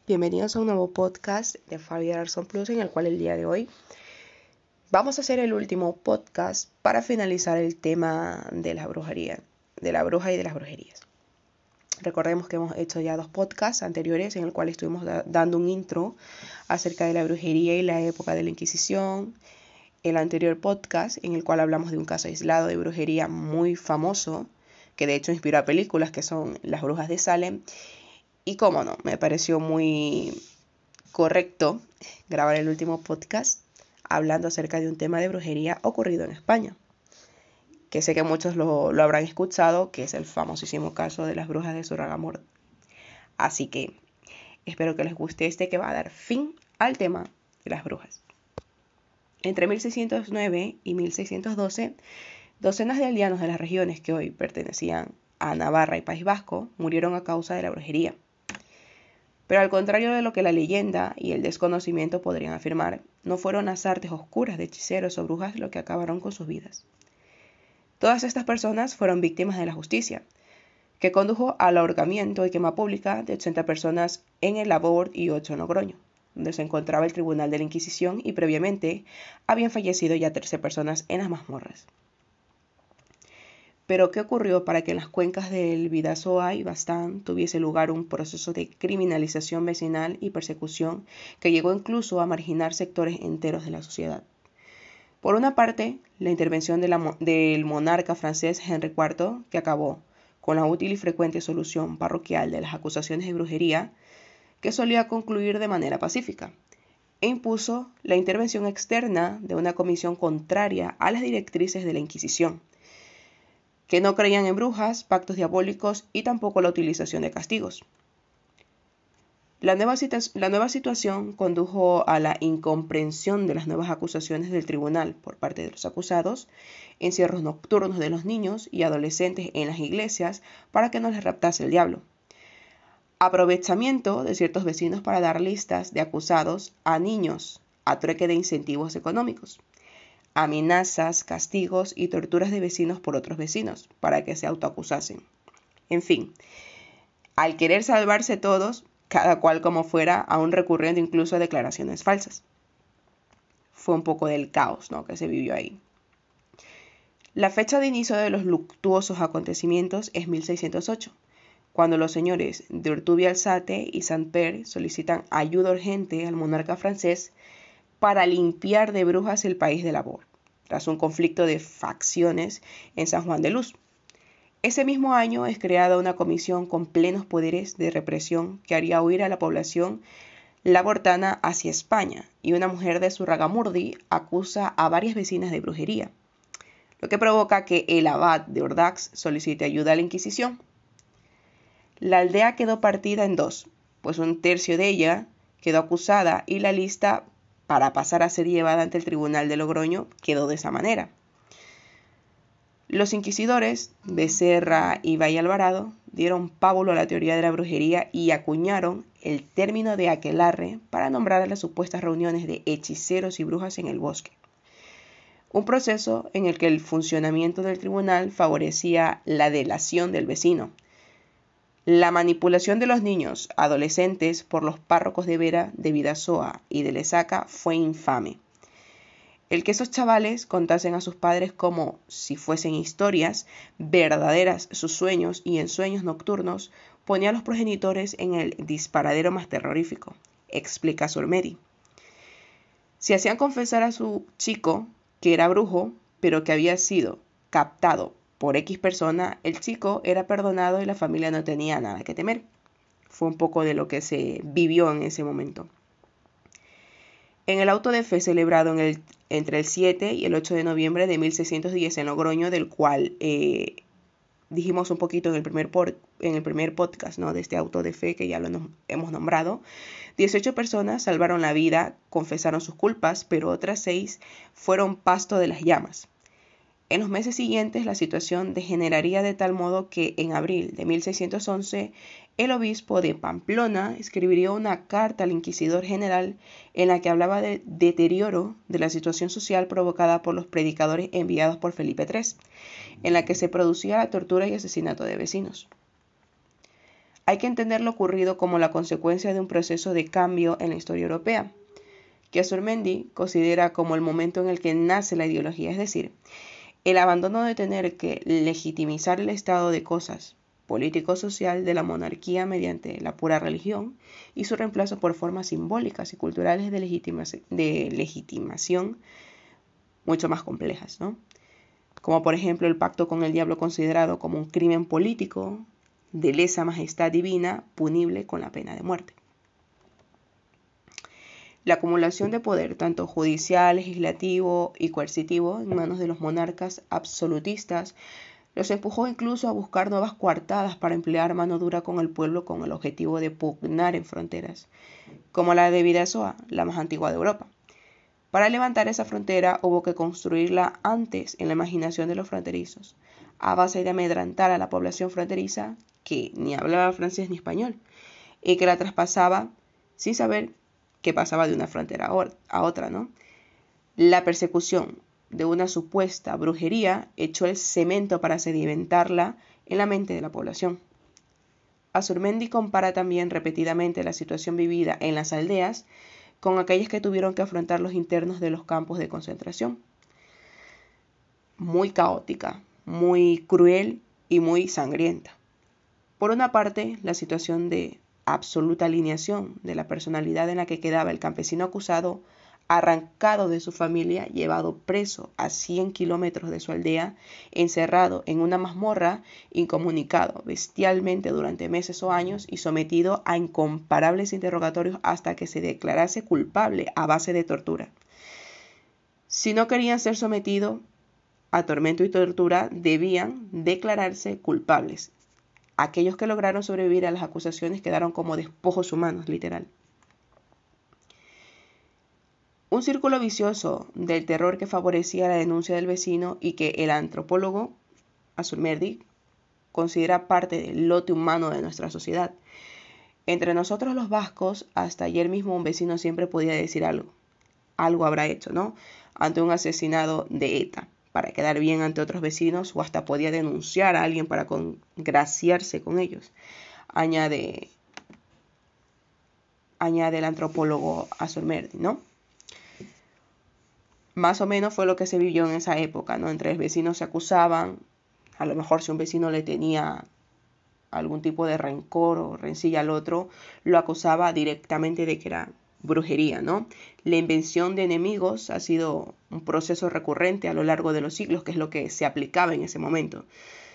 Bienvenidos a un nuevo podcast de Fabián Arson Plus, en el cual el día de hoy vamos a hacer el último podcast para finalizar el tema de la brujería, de la bruja y de las brujerías. Recordemos que hemos hecho ya 2 podcasts anteriores en el cual estuvimos dando un intro acerca de la brujería y la época de la Inquisición. El anterior podcast en el cual hablamos de un caso aislado de brujería muy famoso, que de hecho inspiró a películas, que son Las Brujas de Salem. Y cómo no, me pareció muy correcto grabar el último podcast hablando acerca de un tema de brujería ocurrido en España, que sé que muchos lo habrán escuchado, que es el famosísimo caso de las brujas de Surragamor. Así que espero que les guste que va a dar fin al tema de las brujas. Entre 1609 y 1612, docenas de aldeanos de las regiones que hoy pertenecían a Navarra y País Vasco murieron a causa de la brujería. Pero al contrario de lo que la leyenda y el desconocimiento podrían afirmar, no fueron las artes oscuras de hechiceros o brujas lo que acabaron con sus vidas. Todas estas personas fueron víctimas de la justicia, que condujo al ahorcamiento y quema pública de 80 personas en el Labor y 8 en Logroño, donde se encontraba el Tribunal de la Inquisición, y previamente habían fallecido ya 13 personas en las mazmorras. Pero ¿qué ocurrió para que en las cuencas del Bidasoa y Baztán tuviese lugar un proceso de criminalización vecinal y persecución que llegó incluso a marginar sectores enteros de la sociedad? Por una parte, la intervención del monarca francés Henry IV, que acabó con la útil y frecuente solución parroquial de las acusaciones de brujería, que solía concluir de manera pacífica, e impuso la intervención externa de una comisión contraria a las directrices de la Inquisición, que no creían en brujas, pactos diabólicos y tampoco la utilización de castigos. La nueva situación condujo a la incomprensión de las nuevas acusaciones del tribunal por parte de los acusados, encierros nocturnos de los niños y adolescentes en las iglesias para que no les raptase el diablo, aprovechamiento de ciertos vecinos para dar listas de acusados a niños a trueque de incentivos económicos, amenazas, castigos y torturas de vecinos por otros vecinos para que se autoacusasen. En fin, al querer salvarse todos, cada cual como fuera, aún recurriendo incluso a declaraciones falsas. Fue un poco del caos, ¿no?, que se vivió ahí. La fecha de inicio de los luctuosos acontecimientos es 1608, cuando los señores de Urtubia-Alzate y Saint-Père solicitan ayuda urgente al monarca francés para limpiar de brujas el país de Labor, tras un conflicto de facciones en San Juan de Luz. Ese mismo año es creada una comisión con plenos poderes de represión que haría huir a la población labortana hacia España, y una mujer de Surragamurdi acusa a varias vecinas de brujería, lo que provoca que el abad de Ordax solicite ayuda a la Inquisición. La aldea quedó partida en 2, pues un tercio de ella quedó acusada y la lista para pasar a ser llevada ante el Tribunal de Logroño quedó de esa manera. Los inquisidores, Becerra y Valle Alvarado, dieron pábulo a la teoría de la brujería y acuñaron el término de aquelarre para nombrar a las supuestas reuniones de hechiceros y brujas en el bosque. Un proceso en el que el funcionamiento del tribunal favorecía la delación del vecino, la manipulación de los niños adolescentes por los párrocos de Vera, de Bidasoa y de Lesaca fue infame. El que esos chavales contasen a sus padres como si fuesen historias verdaderas sus sueños y ensueños nocturnos ponía a los progenitores en el disparadero más terrorífico, explica Sormedi. Si hacían confesar a su chico que era brujo, pero que había sido captado por X persona, el chico era perdonado y la familia no tenía nada que temer. Fue un poco de lo que se vivió en ese momento. En el auto de fe celebrado entre el 7 y el 8 de noviembre de 1610 en Logroño, del cual dijimos un poquito en el primer podcast, ¿no?, de este auto de fe que ya lo hemos nombrado, 18 personas salvaron la vida, confesaron sus culpas, pero otras 6 fueron pasto de las llamas. En los meses siguientes la situación degeneraría de tal modo que en abril de 1611 el obispo de Pamplona escribiría una carta al inquisidor general en la que hablaba del deterioro de la situación social provocada por los predicadores enviados por Felipe III, en la que se producía la tortura y asesinato de vecinos. Hay que entender lo ocurrido como la consecuencia de un proceso de cambio en la historia europea, que Azurmendi considera como el momento en el que nace la ideología, es decir, el abandono de tener que legitimizar el estado de cosas político-social de la monarquía mediante la pura religión y su reemplazo por formas simbólicas y culturales de legitimación mucho más complejas, ¿no? Como por ejemplo el pacto con el diablo considerado como un crimen político de lesa majestad divina punible con la pena de muerte. La acumulación de poder, tanto judicial, legislativo y coercitivo, en manos de los monarcas absolutistas, los empujó incluso a buscar nuevas coartadas para emplear mano dura con el pueblo con el objetivo de pugnar en fronteras, como la de Bidasoa, la más antigua de Europa. Para levantar esa frontera hubo que construirla antes en la imaginación de los fronterizos, a base de amedrentar a la población fronteriza que ni hablaba francés ni español y que la traspasaba sin saber que pasaba de una frontera a otra, ¿no? La persecución de una supuesta brujería echó el cemento para sedimentarla en la mente de la población. Azurmendi compara también repetidamente la situación vivida en las aldeas con aquellas que tuvieron que afrontar los internos de los campos de concentración. Muy caótica, muy cruel y muy sangrienta. Por una parte, la situación de absoluta alineación de la personalidad en la que quedaba el campesino acusado, arrancado de su familia, llevado preso a 100 kilómetros de su aldea, encerrado en una mazmorra, incomunicado bestialmente durante meses o años y sometido a incomparables interrogatorios hasta que se declarase culpable a base de tortura. Si no querían ser sometidos a tormento y tortura, debían declararse culpables. Aquellos que lograron sobrevivir a las acusaciones quedaron como despojos humanos, literal. Un círculo vicioso del terror que favorecía la denuncia del vecino y que el antropólogo Azurmendi considera parte del lote humano de nuestra sociedad. Entre nosotros los vascos, hasta ayer mismo un vecino siempre podía decir algo. Algo habrá hecho, ¿no? Ante un asesinado de ETA, para quedar bien ante otros vecinos, o hasta podía denunciar a alguien para congraciarse con ellos. Añade el antropólogo Azurmendi, ¿no? Más o menos fue lo que se vivió en esa época, ¿no? Entre los vecinos se acusaban, a lo mejor si un vecino le tenía algún tipo de rencor o rencilla al otro, lo acusaba directamente de que era brujería, ¿no? La invención de enemigos ha sido un proceso recurrente a lo largo de los siglos, que es lo que se aplicaba en ese momento.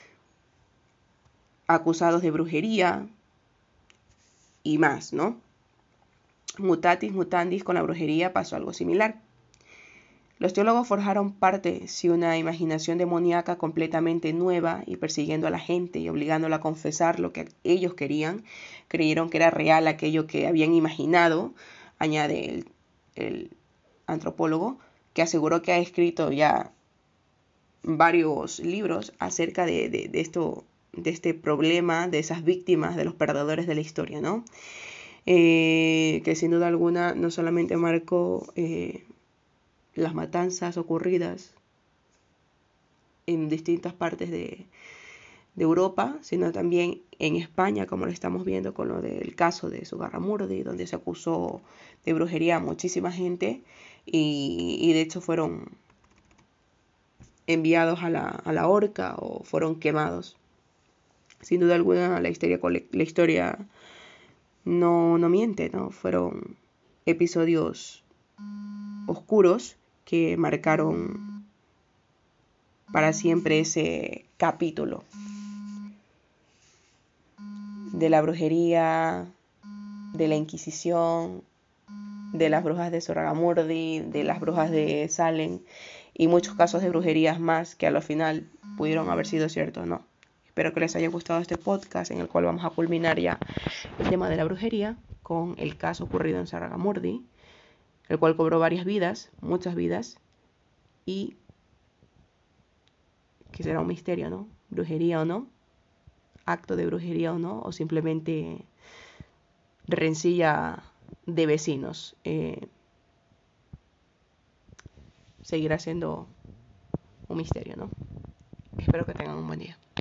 Acusados de brujería y más, ¿no? Mutatis mutandis, con la brujería pasó algo similar. Los teólogos forjaron parte si una imaginación demoníaca completamente nueva y persiguiendo a la gente y obligándola a confesar lo que ellos querían, creyeron que era real aquello que habían imaginado, añade el antropólogo, que aseguró que ha escrito ya varios libros acerca de este problema, de esas víctimas, de los perdedores de la historia, ¿no? Que sin duda alguna no solamente marcó las matanzas ocurridas en distintas partes de Europa, sino también en España, como lo estamos viendo con lo del caso de Zugarramurdi, donde se acusó de brujería a muchísima gente y de hecho fueron enviados a la horca o fueron quemados. Sin duda alguna la historia no miente, ¿no? Fueron episodios oscuros que marcaron para siempre ese capítulo de la brujería, de la Inquisición, de las brujas de Zugarramurdi, de las brujas de Salem y muchos casos de brujerías más que a lo final pudieron haber sido ciertos, ¿no? Espero que les haya gustado este podcast en el cual vamos a culminar ya el tema de la brujería con el caso ocurrido en Zugarramurdi, el cual cobró varias vidas, muchas vidas, y que será un misterio, ¿no? Brujería o no, acto de brujería o no, o simplemente rencilla de vecinos. Seguirá siendo un misterio, ¿no? Espero que tengan un buen día.